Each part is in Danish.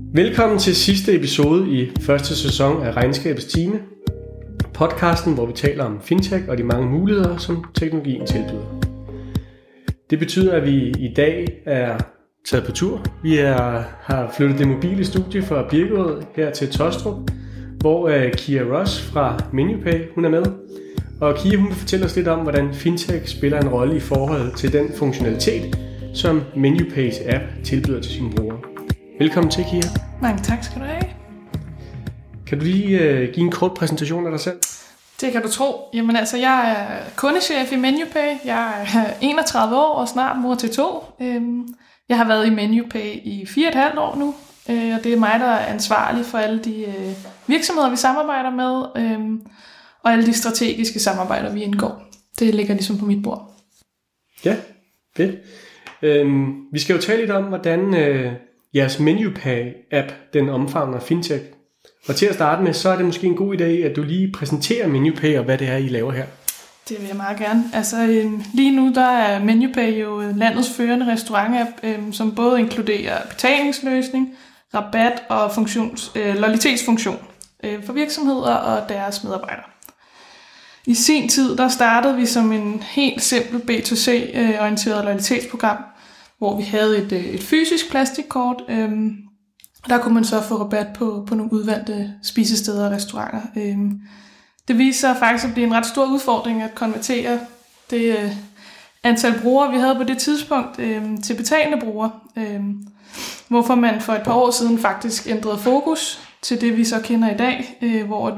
Velkommen til sidste episode i første sæson af Regnskabets Time. Podcasten, hvor vi taler om fintech og de mange muligheder, som teknologien tilbyder. Det betyder, at vi i dag er taget på tur. Vi har flyttet det mobile studie fra Birkerød her til Taastrup, hvor Kia Ross fra MenuPay hun er med. Og Kia hun vil fortælle os lidt om, hvordan fintech spiller en rolle i forhold til den funktionalitet, som MenuPays app tilbyder til sine brugere. Velkommen til, Kia. Mange tak skal du have. Kan du lige give en kort præsentation af dig selv? Det kan du tro. Jamen altså, jeg er kundechef i MenuPay. Jeg er 31 år og snart mor til 2. Jeg har været i MenuPay i 4,5 år nu. Og det er mig, der er ansvarlig for alle de virksomheder, vi samarbejder med. Og alle de strategiske samarbejder, vi indgår. Det ligger ligesom på mit bord. Ja, fedt. Vi skal jo tale lidt om, hvordan jeres MenuPay-app den omfavner fintech. Og til at starte med, så er det måske en god idé, at du lige præsenterer MenuPay og hvad det er, I laver her. Det vil jeg meget gerne. Altså lige nu, der er MenuPay jo landets førende restaurantapp, som både inkluderer betalingsløsning, rabat og loyalitetsfunktion for virksomheder og deres medarbejdere. I sin tid, der startede vi som en helt simpel B2C-orienteret loyalitetsprogram, hvor vi havde et fysisk plastikkort. Der kunne man så få rabat på nogle udvalgte spisesteder og restauranter. Det viser sig faktisk at blive en ret stor udfordring at konvertere det antal brugere, vi havde på det tidspunkt, til betalende brugere. Hvorfor man for et par år siden faktisk ændrede fokus til det, vi så kender i dag, hvor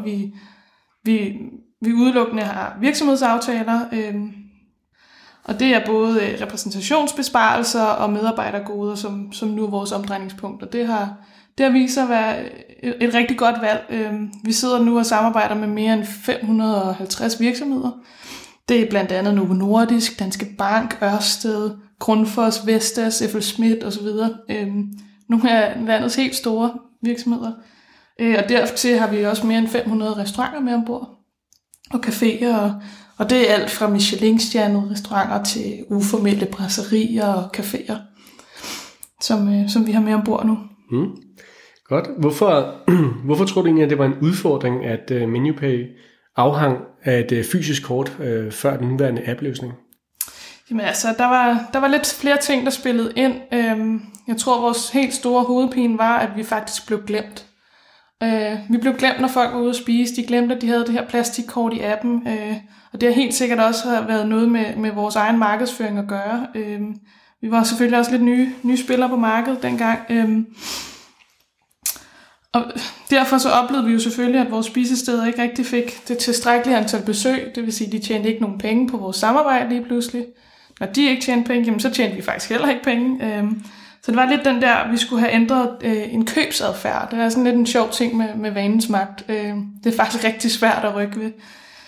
vi udelukkende har virksomhedsaftaler, og det er både repræsentationsbesparelser og medarbejdergoder, som nu er vores omdrejningspunkt. Og det har vist sig at være et rigtig godt valg. Vi sidder nu og samarbejder med mere end 550 virksomheder. Det er blandt andet Novo Nordisk, Danske Bank, Ørsted, Grundfos, Vestas, FL Schmidt osv. Nogle af landets helt store virksomheder. Og dertil har vi også mere end 500 restauranter med ombord. Og caféer, og det er alt fra Michelin-stjernede restauranter til uformelle braserier og caféer, som vi har med ombord nu. Godt. Hvorfor tror du egentlig, at det var en udfordring, at MenuPay afhang af et fysisk kort før den nuværende app-løsning? Jamen altså, der var lidt flere ting, der spillede ind. Jeg tror, vores helt store hovedpine var, at vi faktisk blev glemt. Vi blev glemt, når folk var ude at spise. De glemte, at de havde det her plastikkort i appen. Og det har helt sikkert også været noget med vores egen markedsføring at gøre. Vi var selvfølgelig også lidt nye spillere på markedet dengang. Og derfor så oplevede vi jo selvfølgelig, at vores spisesteder ikke rigtig fik det tilstrækkelige antal besøg. Det vil sige, at de tjente ikke nogen penge på vores samarbejde lige pludselig. Når de ikke tjente penge, jamen, så tjente vi faktisk heller ikke penge. Så det var lidt den der, vi skulle have ændret en købsadfærd. Det er sådan lidt en sjov ting med vanens magt. Det er faktisk rigtig svært at rykke ved.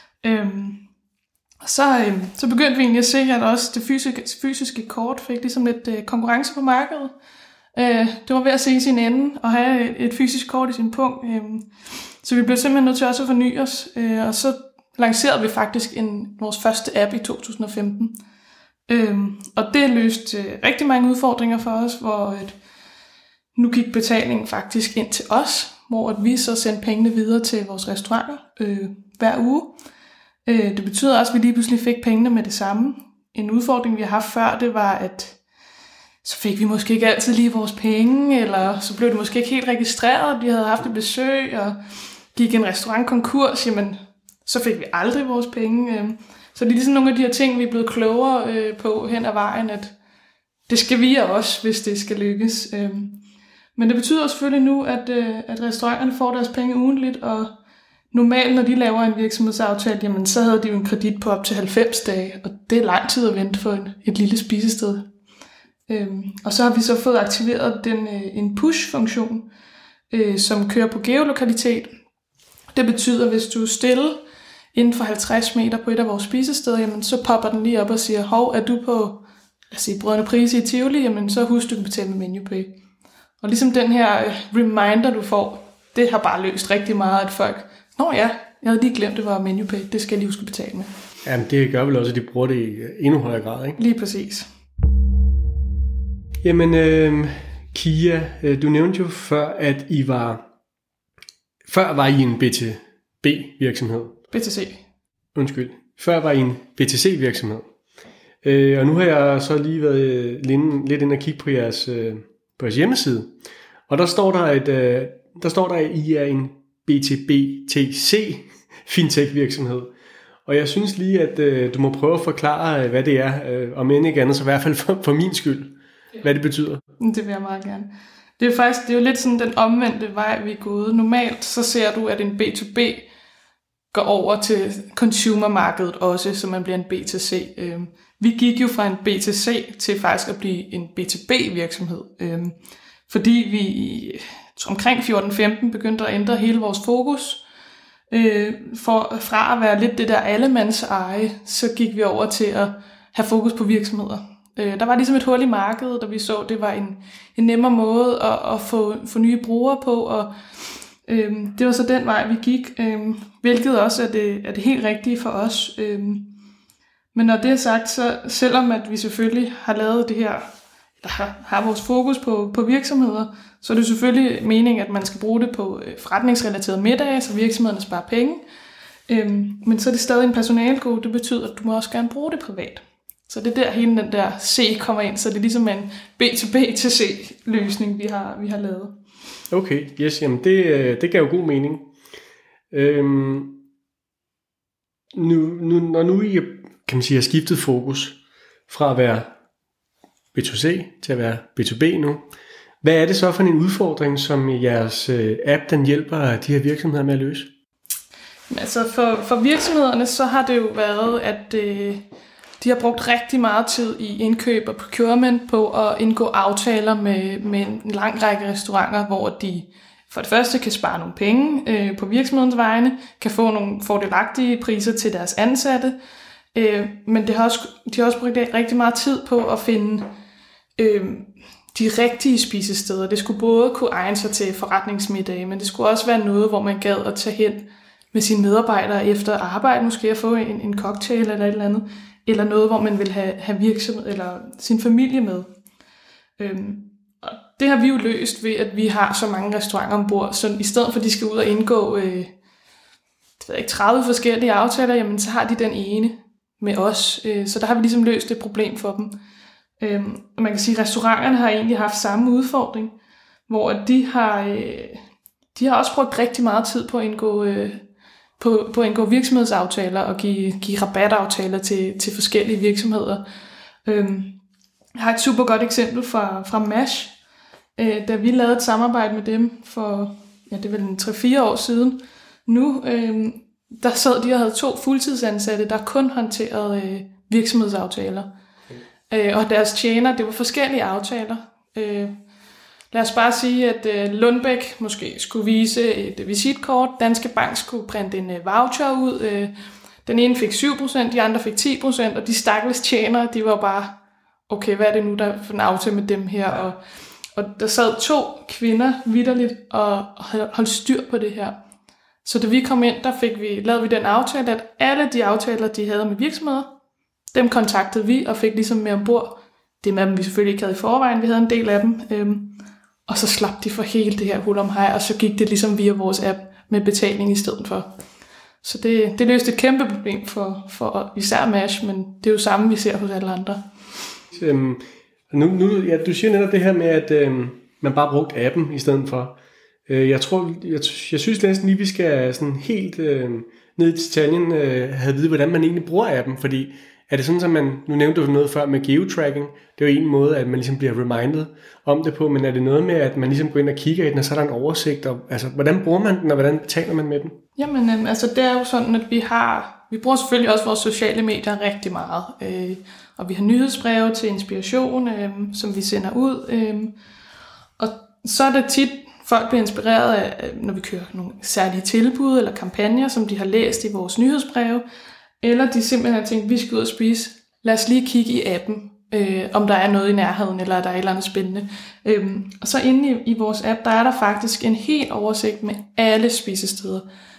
Så begyndte vi egentlig at se, at også det fysiske kort fik ligesom lidt konkurrence på markedet. Det var ved at se i sin ende og have et fysisk kort i sin punkt. Så vi blev simpelthen nødt til også at forny os. Og så lancerede vi faktisk vores første app i 2015. Og det løste rigtig mange udfordringer for os, hvor nu gik betalingen faktisk ind til os, hvor vi så sendte pengene videre til vores restauranter hver uge. Det betyder også, at vi lige pludselig fik pengene med det samme. En udfordring, vi har haft før, det var, at så fik vi måske ikke altid lige vores penge, eller så blev det måske ikke helt registreret, at vi havde haft et besøg, og gik en restaurant konkurs, jamen så fik vi aldrig vores penge. Så det er ligesom nogle af de her ting, vi er blevet klogere på hen ad vejen, at det skal vi også, hvis det skal lykkes. Men det betyder selvfølgelig nu, at restauranterne får deres penge ugentligt, og normalt, når de laver en virksomhedsaftale, jamen, så havde de jo en kredit på op til 90 dage, og det er lang tid at vente for et lille spisested. Og så har vi så fået aktiveret en push-funktion, som kører på geolokalitet. Det betyder, at hvis du er stille inden for 50 meter på et af vores spisesteder, jamen, så popper den lige op og siger, hov, er du på, lad os sige, Brødrene Prise i Tivoli, jamen, så husk, du kan betale med MenuPay. Og ligesom den her reminder, du får, det har bare løst rigtig meget, at folk, nå ja, jeg havde lige glemt, det var MenuPay, det skal jeg lige huske at betale med. Jamen, det gør vel også, at de bruger det i endnu højere grad, ikke? Lige præcis. Jamen, Kia, du nævnte jo før, at Før var I en B2B-virksomhed. BTC. Undskyld. Før var I en BTC-virksomhed. Og nu har jeg så lige været lidt inde og kigge på jeres hjemmeside. Og der står der, at I er en BTC fintech-virksomhed. Og jeg synes lige, at du må prøve at forklare, hvad det er, om end ikke andet, så i hvert fald for min skyld, hvad det betyder. Det vil jeg meget gerne. Det er jo lidt sådan den omvendte vej, vi er gået. Normalt så ser du, at en B2B går over til consumermarkedet også, så man bliver en B2C. Vi gik jo fra en B2C til faktisk at blive en B2B-virksomhed. Fordi vi omkring 14-15 begyndte at ændre hele vores fokus. Fra at være lidt det der allemands eje, så gik vi over til at have fokus på virksomheder. Der var ligesom et hul i markedet, og vi så, det var en nemmere måde at få nye brugere på, og det var så den vej, vi gik, hvilket også er det helt rigtige for os. Men når det er sagt, så selvom at vi selvfølgelig har lavet det her, har vores fokus på virksomheder, så er det selvfølgelig meningen, at man skal bruge det på forretningsrelaterede middage, så virksomhederne sparer penge. Men så er det stadig en personalegode, det betyder, at du må også gerne bruge det privat. Så det er der hele den der C kommer ind, så det er ligesom en B2B til C-løsning, vi har lavet. Okay, yes, jamen det gav jo god mening. Når nu I, kan man sige, har skiftet fokus fra at være B2C til at være B2B nu, hvad er det så for en udfordring, som jeres app den hjælper de her virksomheder med at løse? Altså for virksomhederne, så har det jo været, at de har brugt rigtig meget tid i indkøb og procurement på at indgå aftaler med en lang række restauranter, hvor de for det første kan spare nogle penge på virksomhedens vegne, kan få nogle fordelagtige priser til deres ansatte, men de har også brugt rigtig meget tid på at finde de rigtige spisesteder. Det skulle både kunne egne sig til forretningsmiddage, men det skulle også være noget, hvor man gad at tage hen med sine medarbejdere efter arbejde, måske at få en cocktail eller et eller andet, eller noget, hvor man vil have virksomhed eller sin familie med. Og det har vi jo løst ved, at vi har så mange restauranter ombord, så i stedet for at de skal ud og indgå 30 forskellige aftaler, jamen så har de den ene med os. Så der har vi ligesom løst et problem for dem. Man kan sige, at restauranterne har egentlig haft samme udfordring, hvor de har også brugt rigtig meget tid på at indgå virksomhedsaftaler og give rabataftaler til forskellige virksomheder. Jeg har et super godt eksempel fra MASH, da vi lavede et samarbejde med dem for, det er vel 3-4 år siden. Nu, der sad de og havde 2 fuldtidsansatte, der kun håndterede virksomhedsaftaler. Og deres tjener, det var forskellige aftaler. Lad os bare sige, at Lundbæk måske skulle vise et visitkort, Danske Bank skulle printe en voucher ud, den ene fik 7%, de andre fik 10%, og de stakkels tjenere, de var bare, okay, hvad er det nu, der er for en aftale med dem her? Og der sad 2 kvinder vitterligt og holdt styr på det her. Så da vi kom ind, lavede vi den aftale, at alle de aftaler, de havde med virksomheder, dem kontaktede vi og fik ligesom med ombord. Det med dem, vi selvfølgelig ikke havde i forvejen, vi havde en del af dem. Og så slap de for hele det her hul om hej, og så gik det ligesom via vores app med betaling i stedet for. Så det løste et kæmpe problem for især MASH, men det er jo samme, vi ser hos alle andre. Du siger netop det her med, at man bare brugte appen i stedet for. Jeg synes næsten lige, vi skal sådan helt ned i detaljen have vide, hvordan man egentlig bruger appen, fordi er det sådan, at nu nævnte du noget før med geotracking, det er jo en måde, at man ligesom bliver reminded om det på, men er det noget med, at man ligesom går ind og kigger i den, og så er der en oversigt, og altså, hvordan bruger man den, og hvordan betaler man med den? Jamen, altså det er jo sådan, at vi bruger selvfølgelig også vores sociale medier rigtig meget, og vi har nyhedsbreve til inspiration, som vi sender ud, og så er det tit, folk bliver inspireret af, når vi kører nogle særlige tilbud eller kampagner, som de har læst i vores nyhedsbreve, eller de simpelthen har tænkt, vi skal ud og spise. Lad os lige kigge i appen, om der er noget i nærheden, eller der er et eller andet spændende. Og så inde i vores app, der er der faktisk en helt oversigt med alle spisesteder,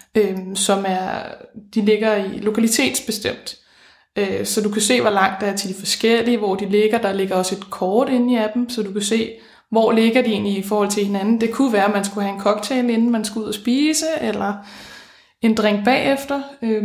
de ligger i lokalitetsbestemt. Så du kan se, hvor langt der er til de forskellige, hvor de ligger. Der ligger også et kort inde i appen, så du kan se, hvor ligger de egentlig i forhold til hinanden. Det kunne være, at man skulle have en cocktail, inden man skulle ud og spise, eller en drink bagefter.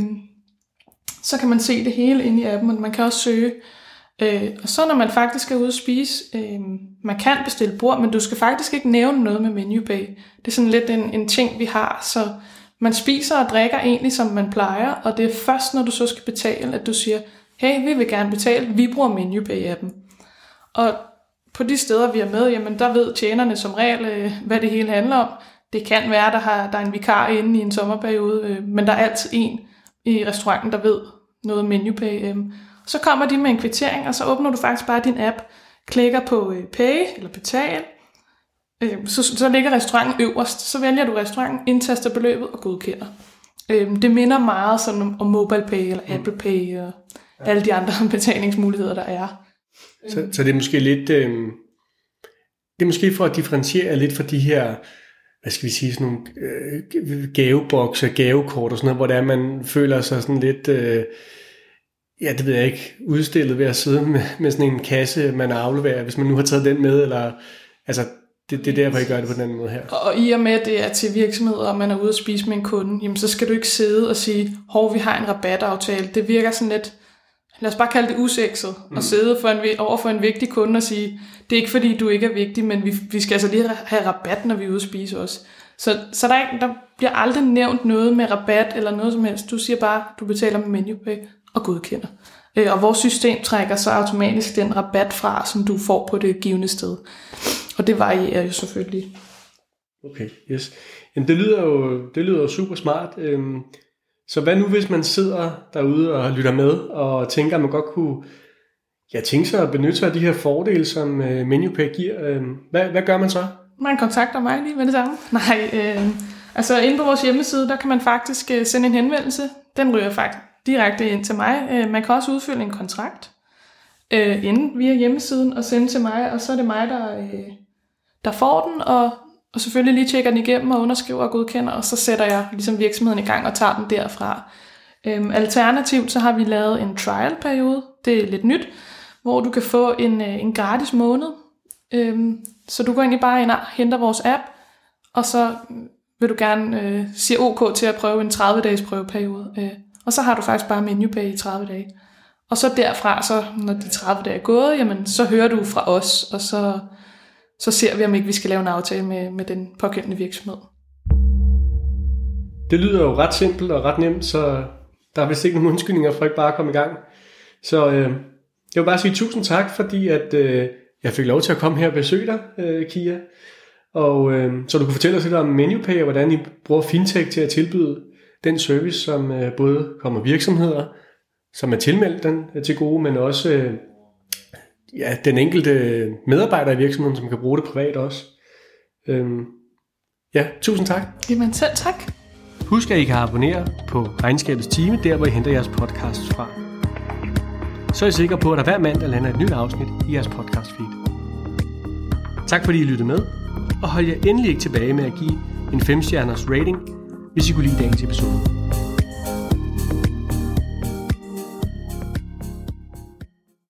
Så kan man se det hele inde i appen, og man kan også søge. Og så når man faktisk er ude at spise, man kan bestille bord, men du skal faktisk ikke nævne noget med MenuPay. Det er sådan lidt en ting, vi har, så man spiser og drikker egentlig, som man plejer, og det er først, når du så skal betale, at du siger, hey, vi vil gerne betale, vi bruger MenuPay-appen. Og på de steder, vi er med, jamen der ved tjenerne som regel, hvad det hele handler om. Det kan være, der er en vikar inde i en sommerperiode, men der er altid en i restauranten, der ved noget om MenuPay. Så kommer de med en kvittering, og så åbner du faktisk bare din app, klikker på Pay eller Betal, så ligger restauranten øverst. Så vælger du restauranten, indtaster beløbet og godkender. Det minder meget sådan om MobilePay eller Apple Pay og alle de andre betalingsmuligheder, der er. Så det er måske lidt... det er måske for at differentiere lidt fra de her, hvad skal vi sige, sådan nogle gavebokse, gavekort og sådan noget, hvor det er, man føler sig sådan lidt... ja, det ved jeg ikke, udstillet ved at sidde med sådan en kasse, man afleverer, hvis man nu har taget den med, eller... Altså, det er derfor, jeg gør det på den anden måde her. Og i og med, at det er til virksomheder, og man er ude at spise med en kunde, jamen så skal du ikke sidde og sige, vi har en rabataftale. Det virker sådan lidt, lad os bare kalde det usekset, at sidde over for en vigtig kunde og sige, det er ikke fordi, du ikke er vigtig, men vi skal altså lige have rabat, når vi er ude at spise også. Så der bliver aldrig nævnt noget med rabat eller noget som helst. Du siger bare, du betaler med MenuPay og godkender. Og vores system trækker så automatisk den rabat fra, som du får på det givne sted. Og det varierer jo selvfølgelig. Okay, yes. Jamen, det lyder jo super smart. Så hvad nu, hvis man sidder derude og lytter med, og tænker, at man godt kunne tænke sig at benytte sig af de her fordele, som MenuPay giver? Hvad gør man så? Man kontakter mig lige med det samme. Altså inde på vores hjemmeside, der kan man faktisk sende en henvendelse. Den ryger faktisk direkte ind til mig. Man kan også udfylde en kontrakt inde via hjemmesiden og sende til mig, og så er det mig, der får den, og selvfølgelig lige tjekker den igennem og underskriver og godkender, og så sætter jeg ligesom virksomheden i gang og tager den derfra. Alternativt så har vi lavet en trial-periode, det er lidt nyt, hvor du kan få en gratis måned. Så du går egentlig bare ind og henter vores app, og så vil du gerne sige OK til at prøve en 30-dages prøveperiode. Og så har du faktisk bare MenuPay i 30 dage. Og så derfra, så når de 30 dage er gået, jamen, så hører du fra os, og så ser vi, om ikke vi skal lave en aftale med den pågældende virksomhed. Det lyder jo ret simpelt og ret nemt, så der er vist ikke nogen undskyldninger for ikke bare at komme i gang. Så jeg vil bare sige tusind tak, fordi at jeg fik lov til at komme her og besøge dig, Kia. Og så du kunne fortælle os lidt om MenuPay, og hvordan I bruger fintech til at tilbyde den service, som både kommer virksomheder, som er tilmeldt den til gode, men også den enkelte medarbejder i virksomheden, som kan bruge det privat også. Tusind tak. Jamen selv tak. Husk, at I kan abonnere på Regnskabets Time, der hvor I henter jeres podcast fra. Så er I sikre på, at der hver mandag lander et nyt afsnit i jeres podcast feed. Tak fordi I lyttede med, og hold jer endelig ikke tilbage med at give en 5-stjerners rating, hvis I kunne lide dagens episode.